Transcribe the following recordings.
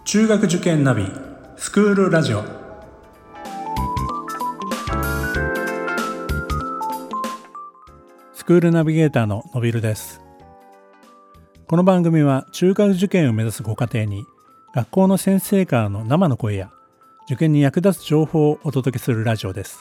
中学受験ナビスクールラジオ。スクールナビゲーターののびるです。この番組は中学受験を目指すご家庭に学校の先生からの生の声や受験に役立つ情報をお届けするラジオです。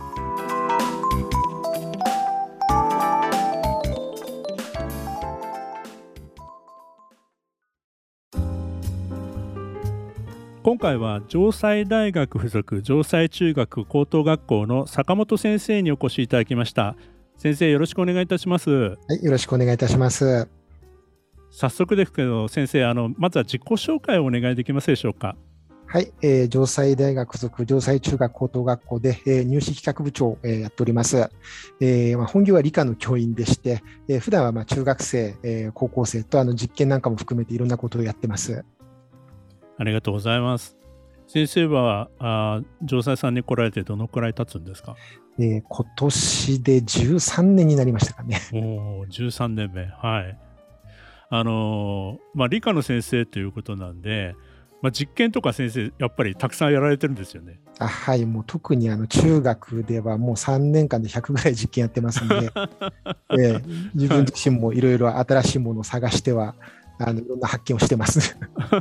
今回は城西大学附属城西中学高等学校の坂本先生にお越しいただきました。先生、よろしくお願いいたします。 はい、よろしくお願いいたします。 早速ですけど先生、まずは自己紹介をお願いできますでしょうか。 はい、城西大学附属城西中学高等学校で、入試企画部長を、やっております。本業は理科の教員でして、普段は中学生、高校生と実験なんかも含めていろんなことをやってます。 ありがとうございます。先生は城西さんに来られてどのくらい経つんですか。 今年で13年になりましたかね。 13年目。はい。理科の先生ということなんで、実験とか先生やっぱりたくさんやられてるんですよね。 はい、もう特に中学ではもう3年間で100ぐらい実験やってますので、自分自身もいろいろ新しいものを探してはいろんな発見をしてます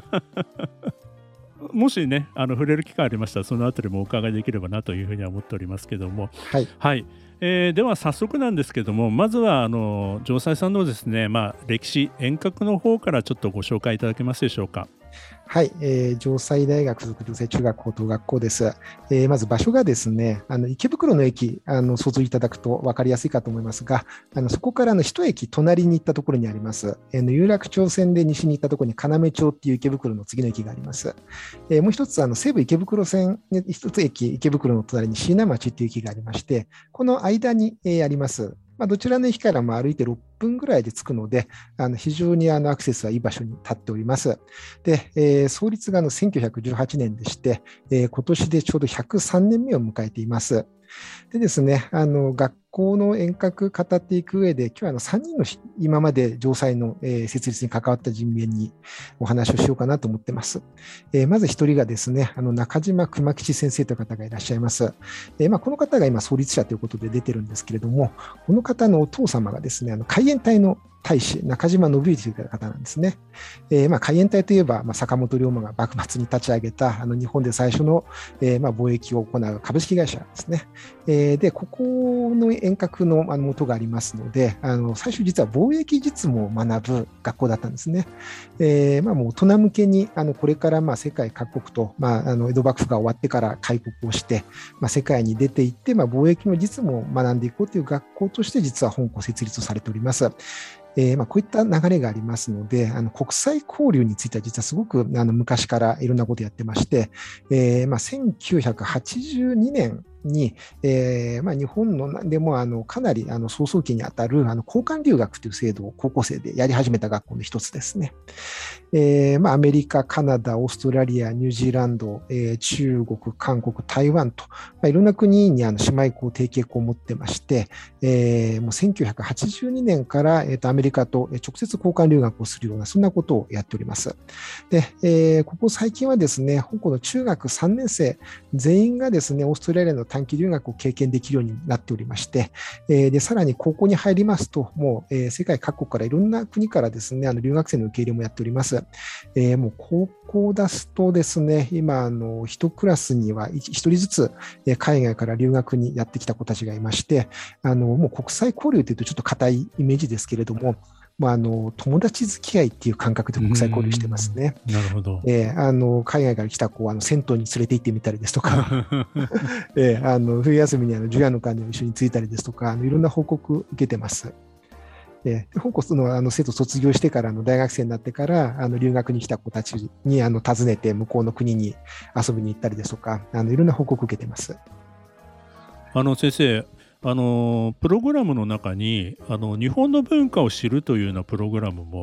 もしね触れる機会ありましたらそのあたりもお伺いできればなというふうには思っておりますけども、 はい、 はい。では早速なんですけども、まずは城西さんのですね、歴史遠隔の方からちょっとご紹介いただけますでしょうか。 はい、城西大学附属城西中学高等学校です。まず場所がですね、池袋の駅想像いただくと分かりやすいかと思いますが、そこから一駅隣に行ったところにあります、有楽町線で西に行ったところに要町っていう池袋の次の駅があります。もう一つ西武池袋線一つ駅池袋の隣に椎名町っていう駅がありまして、この間に、あります。どちらの駅からも歩いて6分ぐらいで着くので、非常にアクセスはいい場所に立っております。で、創立が1918年でして、今年でちょうど103年目を迎えています。でですね、学校の遠隔語っていく上で、今日は3人の今まで城西の、設立に関わった人面にお話をしようかなと思っています。まず一人がですね、中島熊吉先生という方がいらっしゃいます。この方が今創立者ということで出てるんですけれども、この方のお父様がですね、海援隊の大使中島信之という方なんですね。海援隊といえば、坂本龍馬が幕末に立ち上げた日本で最初の、貿易を行う株式会社ですね。でここの遠隔の元がありますので、最初実は貿易実務を学ぶ学校だったんですね。もう大人向けにこれから世界各国と、江戸幕府が終わってから開国をして、世界に出ていって、貿易の実務を学んでいこうという学校として実は本校設立されております。こういった流れがありますので、国際交流については実はすごく昔からいろんなことやってまして、1982年に、日本のでもかなり創創期にあたる交換留学という制度を高校生でやり始めた学校の一つですね。アメリカ、カナダ、オーストラリア、ニュージーランド、中国、韓国、台湾と、いろんな国に姉妹校、提携校を持ってまして、もう1982年から、アメリカと直接交換留学をするようなそんなことをやっております。で、ここ最近はですね、香港の中学3年生全員がですね、オーストラリアの短期留学を経験できるようになっておりまして、でさらに高校に入りますと、もう、世界各国からいろんな国からですね、留学生の受け入れもやっております。もう高校を出すとですね、今1クラスには1人ずつ海外から留学にやってきた子たちがいまして、もう国際交流というとちょっと硬いイメージですけれども、友達付き合いっていう感覚で国際交流してますね。 なるほど。 海外から来た子を銭湯に連れて行ってみたりですとか、冬休みに除夜の会に一緒に着いたりですとか、いろんな報告受けてます。香港の生徒卒業してから大学生になってから留学に来た子たちに訪ねて向こうの国に遊びに行ったりですとか、いろんな報告を受けてます。 先生、プログラムの中に日本の文化を知るというようなプログラムも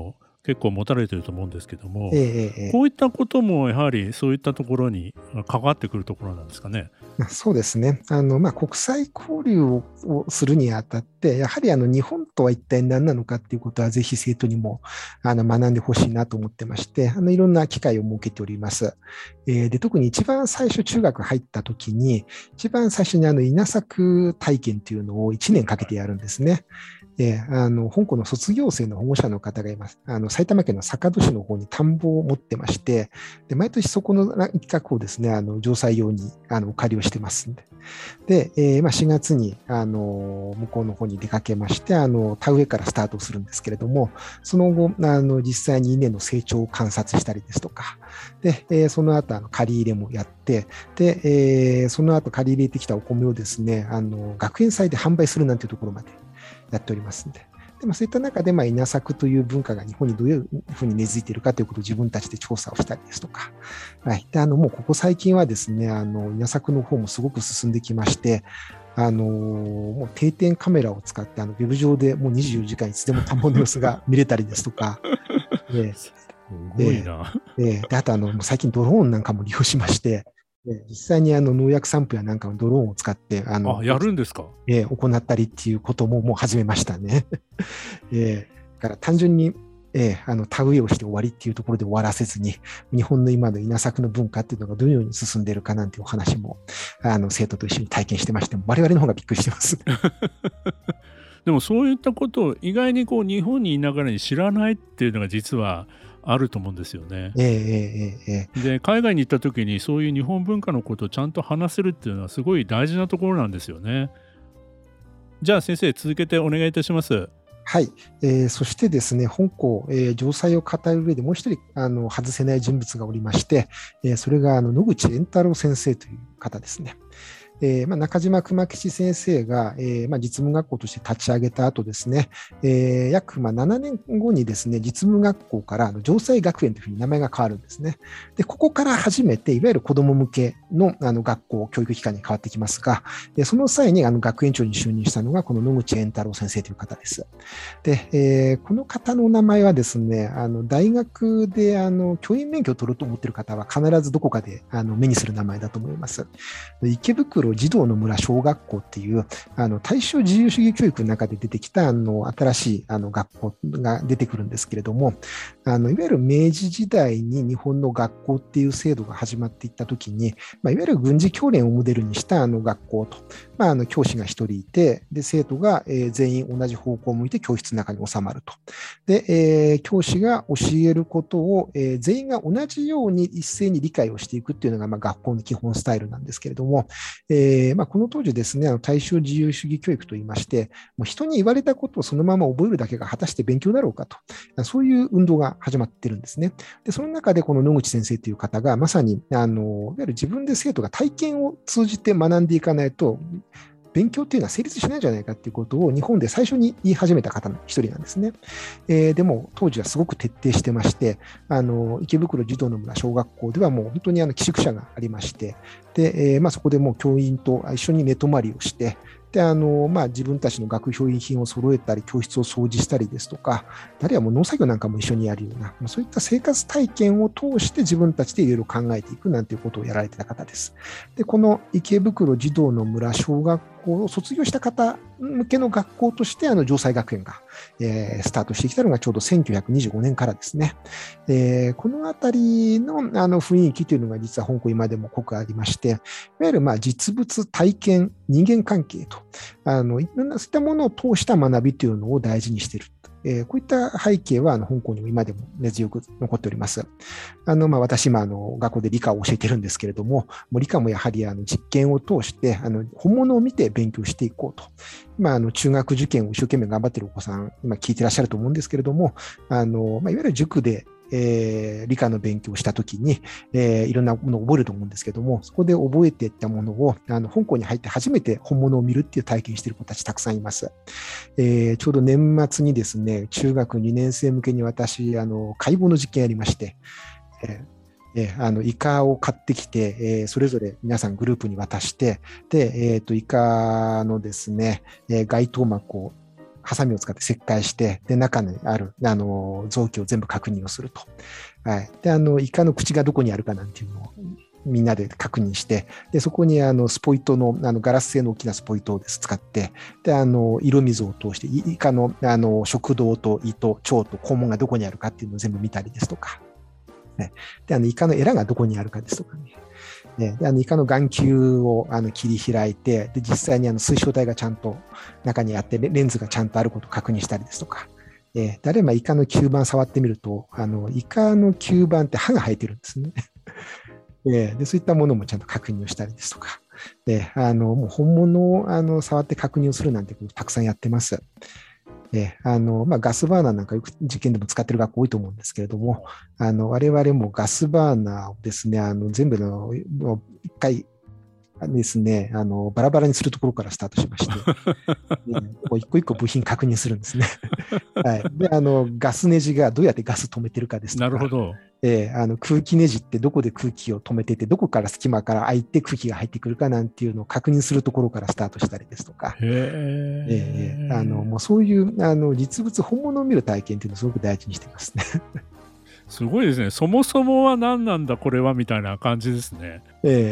結構持たれていると思うんですけども、 えこういったこともやはりそういったところに関わってくるところなんですかね。 そうですね。国際交流をするにあたって、やはり日本とは一体何なのかっていうことは、ぜひ生徒にも学んでほしいなと思ってまして、いろんな機会を設けております。で、特に一番最初、中学入った時に、一番最初に稲作体験っていうのを1年かけてやるんですね。香港の卒業生の保護者の方がいます。埼玉県の坂戸市の方に田んぼを持ってまして、で、毎年そこの一角をですね、城西用にお借りをしてますんで。で、4月に向こうの方に出かけまして、田植えからスタートするんですけれども、その後、実際に稲の成長を観察したりですとか、で、その後、借り入れもやって、で、その後借り入れてきたお米をですね、学園祭で販売するなんていうところまでやっておりますので。でそういった中で、稲作という文化が日本にどういうふうに根付いているかということを自分たちで調査をしたりですとか、はい。で、もうここ最近はですね、稲作の方もすごく進んできまして、もう定点カメラを使って、ウェブ上でもう24時間いつでも田んぼの様子が見れたりですとか、 すごいな。 で、あともう最近ドローンなんかも利用しまして、実際に農薬散布やなんかのドローンを使って、 やるんですか？ 行ったりっていうことももう始めましたね。だから単純に、田植えをして終わりっていうところで終わらせずに、日本の今の稲作の文化っていうのがどのように進んでいるかなんていうお話も、生徒と一緒に体験してまして、我々の方がびっくりしてます。 でもそういったことを意外に日本にいながらに知らないっていうのが実はあると思うんですよね。で、海外に行った時にそういう日本文化のことをちゃんと話せるっていうのはすごい大事なところなんですよね。じゃあ先生、続けてお願いいたします。 はい。そしてですね、香港、城西を語る上でもう一人外せない人物がおりまして、それが野口円太郎先生という方ですね。中島熊吉先生が、実務学校として立ち上げた後ですね、約7年後にですね、実務学校から城西学園というふうに名前が変わるんですね。で、ここから初めていわゆる子ども向けの学校、教育機関に変わってきますが、その際に学園長に就任したのがこの野口円太郎先生という方です。で、この方の名前はですね、大学で教員免許を取ろうと思っている方は必ずどこかで目にする名前だと思います。池袋児童の村小学校っていう大正自由主義教育の中で出てきた新しい学校が出てくるんですけれども、いわゆる明治時代に日本の学校っていう制度が始まっていったときに、いわゆる軍事教練をモデルにした学校と、教師が一人いて、で生徒が全員同じ方向を向いて教室の中に収まると。で、教師が教えることを全員が同じように一斉に理解をしていくっていうのが学校の基本スタイルなんですけれども、この当時ですね、大正自由主義教育といいまして、もう人に言われたことをそのまま覚えるだけが果たして勉強だろうかと、そういう運動が始まってるんですね。で、その中でこの野口先生という方がまさにいわゆる自分で生徒が体験を通じて学んでいかないと、勉強っていうのは成立しないんじゃないかっていうことを日本で最初に言い始めた方の一人なんですね。でも当時はすごく徹底してまして、池袋児童の村小学校ではもう本当に寄宿舎がありまして、で、そこでもう教員と一緒に寝泊まりをして、で、自分たちの学標品を揃えたり、教室を掃除したりですとか、あるいはもう農作業なんかも一緒にやるような、そういった生活体験を通して自分たちでいろいろ考えていくなんていうことをやられてた方です。で、この池袋児童の村小学校を卒業した方向けの学校として、城西学園が、スタートしてきたのがちょうど1925年からですね。このあたりの、雰囲気というのが実は香港今でも濃くありまして、いわゆる実物体験、人間関係と、そういったものを通した学びというのを大事にしている。こういった背景は香港にも今でも根強く残っております。私今学校で理科を教えてるんですけれども、理科もやはり実験を通して本物を見て勉強していこうと。今中学受験を一生懸命頑張っているお子さん今聞いてらっしゃると思うんですけれども、いわゆる塾で理科の勉強をしたときに、いろんなものを覚えると思うんですけども、そこで覚えていったものを香港に入って初めて本物を見るっていう体験している子たちたくさんいます。ちょうど年末にですね、中学2年生向けに私解剖の実験やりまして、イカを買ってきて、それぞれ皆さんグループに渡して、で、イカのですね、外頭膜をハサミを使って切開して、で、中にある、臓器を全部確認をすると。はい。で、イカの口がどこにあるかなんていうのをみんなで確認して、で、そこにスポイトの、ガラス製の大きなスポイトを使って、で、色水を通して、イカの、食道と胃と腸と肛門がどこにあるかっていうのを全部見たりですとか、ね、で、イカのエラがどこにあるかですとかね。で、イカの眼球を切り開いて、で、実際に水晶体がちゃんと中にあって、レンズがちゃんとあることを確認したりですとか、で、あればイカの吸盤触ってみると、イカの吸盤って歯が生えてるんですね。で、そういったものもちゃんと確認をしたりですとか、で、もう本物を触って確認をするなんてことをたくさんやってます。ガスバーナーなんかよく実験でも使ってる学校多いと思うんですけれども、我々もガスバーナーをですね、全部の一回ですね、バラバラにするところからスタートしまして、一個一個部品確認するんですね。はい。で、ガスネジがどうやってガス止めてるかですとか。 なるほど。 空気ネジってどこで空気を止めてて、どこから隙間から開いて空気が入ってくるかなんていうのを確認するところからスタートしたりですとか。もうそういう実物本物を見る体験っていうのをすごく大事にしてますね。 すごいですね。そもそもは何なんだこれはみたいな感じですね。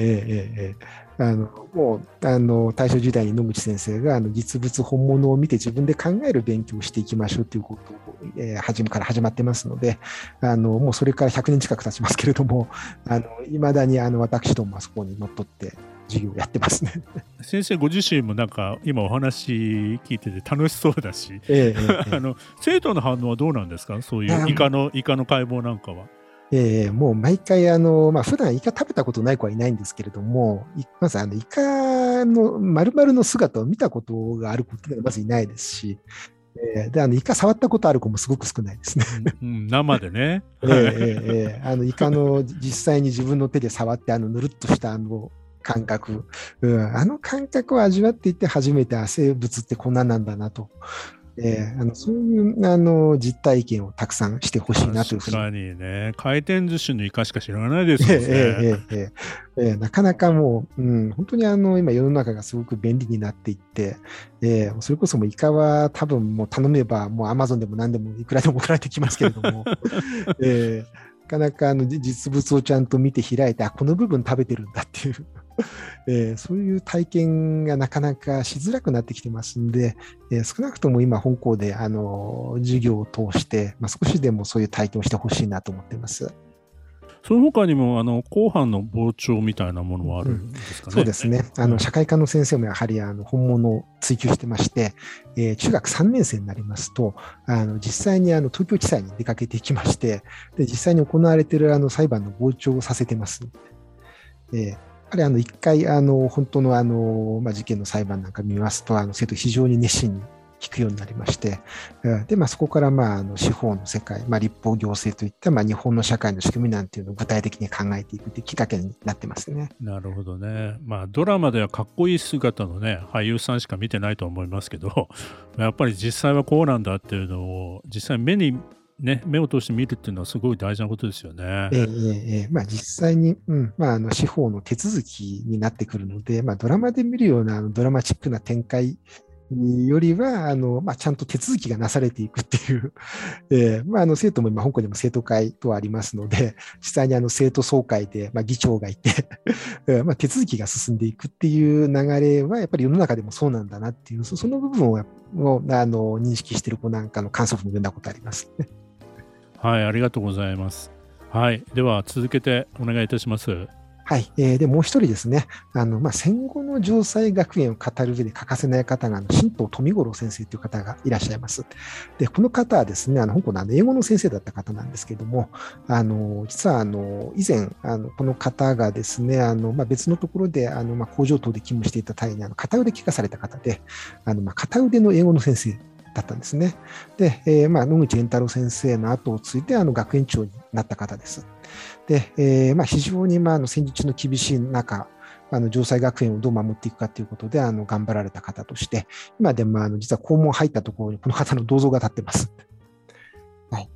もう大正時代に野口先生が実物本物を見て自分で考える勉強をしていきましょうということを、初めから始まってますので、もうそれから100年近く経ちますけれども、いまだに私どもはそこにのっとって授業をやってますね。 先生ご自身もなんか今お話聞いてて楽しそうだし、生徒の反応はどうなんですか？そういうイカの解剖なんかは。 もう毎回普段イカ食べたことない子はいないんですけれども、まずイカの丸々の姿を見たことがある子っていうのがまずいないですし、でイカ触ったことある子もすごく少ないですね。 生でね。 イカの実際に自分の手で触ってぬるっとした感覚、感覚を味わっていって初めて生物ってこんなんなんだなと。そういう実体験をたくさんしてほしいなというふうに。 確かにね、回転寿司のイカしか知らないですよね。 なかなかもう、本当に今世の中がすごく便利になっていって、それこそもうイカは多分もう頼めばもうアマゾンでも何でもいくらでも送られてきますけれども、なかなか実物をちゃんと見て開いて、この部分食べてるんだっていう。そういう体験がなかなかしづらくなってきてますんで、少なくとも今本校で授業を通して、少しでもそういう体験をしてほしいなと思っています。 その他にも後半の膨張みたいなものはあるんですかね。 そうですね。社会科の先生もやはり本物を追求してまして、中学3年生になりますと実際に東京地裁に出かけていきまして、で実際に行われている裁判の傍聴をさせてます。やはり一回本当の事件の裁判なんか見ますと生徒非常に熱心に聞くようになりまして、でそこから司法の世界、立法行政といった日本の社会の仕組みなんていうのを具体的に考えていくというきっかけになってますね。 なるほどね。ドラマではかっこいい姿のね俳優さんしか見てないと思いますけど、やっぱり実際はこうなんだっていうのを実際目を通して見るっていうのはすごい大事なことですよね。 実際に、司法の手続きになってくるので、ドラマで見るようなドラマチックな展開よりはちゃんと手続きがなされていくっていう、生徒も今香港にも生徒会とありますので、実際に生徒総会で、議長がいて手続きが進んでいくっていう流れはやっぱり世の中でもそうなんだなっていう、その部分を認識している子なんかの感想文を読んだことありますね。 はい、ありがとうございます。はい、では続けてお願いいたします。 はい。で、もう一人ですね、戦後の城西学園を語る上で欠かせない方が、新藤富五郎先生という方がいらっしゃいます。で、この方はですね、香港の英語の先生だった方なんですけれども、実は、以前、この方がですね、別のところで、工場等で勤務していた際に、片腕怪我された方で、片腕の英語の先生だったんですね。で、野口円太郎先生の後を継いで、学園長になった方です。で、非常に戦時中の厳しい中、城西学園をどう守っていくかということで頑張られた方として、今でも実は校門入ったところにこの方の銅像が立ってます。はい。で、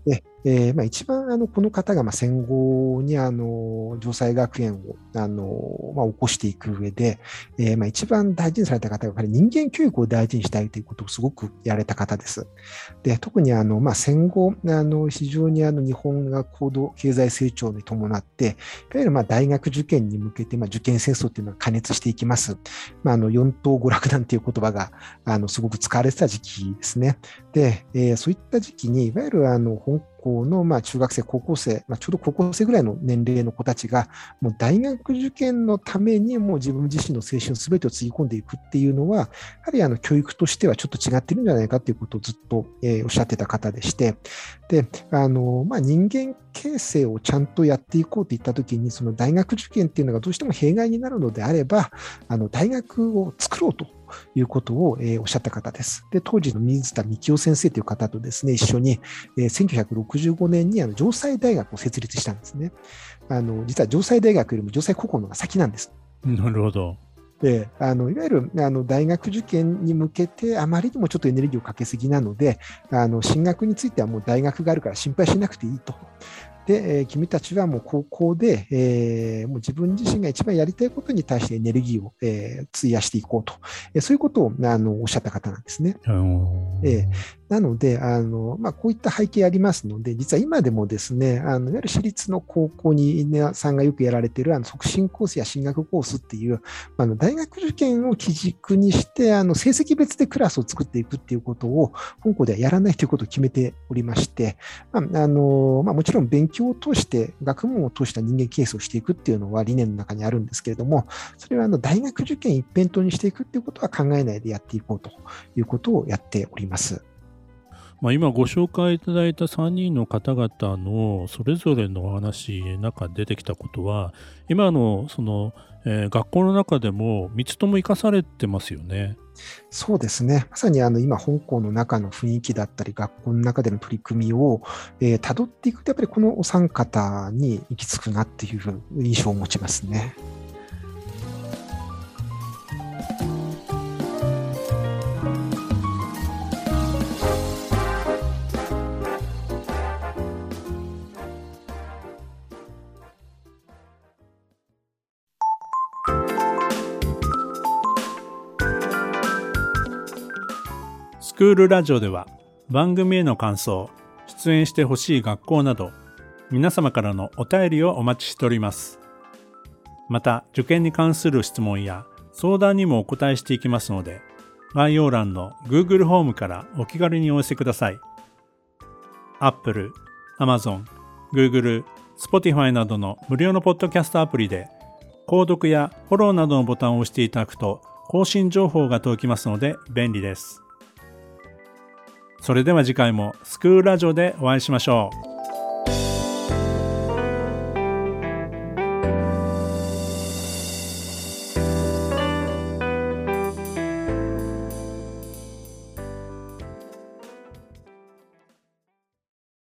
一番この方が戦後に城西学園を起こしていく上で、一番大事にされた方がやっぱり人間教育を大事にしたいということをすごくやられた方です。で、特に戦後非常に日本が高度経済成長に伴って、いわゆる大学受験に向けて受験戦争っていうのは過熱していきます。四等娯楽なんていう言葉がすごく使われてた時期ですね。で、そういった時期にいわゆる本校の中学生、高校生、ちょうど高校生ぐらいの年齢の子たちがもう大学受験のためにもう自分自身の青春すべてをつぎ込んでいくっていうのは、やはり教育としてはちょっと違ってるんじゃないかということをずっとおっしゃってた方でして、で、人間形成をちゃんとやっていこうといったときに、その大学受験っていうのがどうしても弊害になるのであれば、大学を作ろうということをおっしゃった方です。で、当時の水田幹夫先生という方とですね、一緒に1965年に城西大学を設立したんですね。実は城西大学よりも城西高校の方が先なんです。 なるほど。 で、いわゆる大学受験に向けてあまりにもちょっとエネルギーをかけすぎなので、進学についてはもう大学があるから心配しなくていいと。で、君たちはもう高校で、もう自分自身が一番やりたいことに対してエネルギーを、費やしていこうと、そういうことをおっしゃった方なんですね。なので、こういった背景ありますので、実は今でもですね、いわゆる私立の高校に皆さんがよくやられている促進コースや進学コースっていう、大学受験を基軸にして、成績別でクラスを作っていくっていうことを、本校ではやらないということを決めておりまして、もちろん勉強を通して、学問を通した人間形成をしていくっていうのは理念の中にあるんですけれども、それは大学受験一辺倒にしていくっていうことは考えないでやっていこうということをやっております。 今ご紹介いただいた3人の方々のそれぞれのお話の中で出てきたことは、今の学校の中でも3つとも生かされてますよね。 そうですね。まさに今、本校の中の雰囲気だったり、学校の中での取り組みを辿っていくと、やっぱりこのお三方に行き着くなっていう印象を持ちますね。 スクールラジオでは番組への感想、出演してほしい学校など皆様からのお便りをお待ちしております。また受験に関する質問や相談にもお答えしていきますので、概要欄の Google ホームからお気軽にお寄せください。Apple、Amazon、Google、Spotify などの無料のポッドキャストアプリで購読やフォローなどのボタンを押していただくと更新情報が届きますので便利です。それでは次回もスクールラジオでお会いしましょう。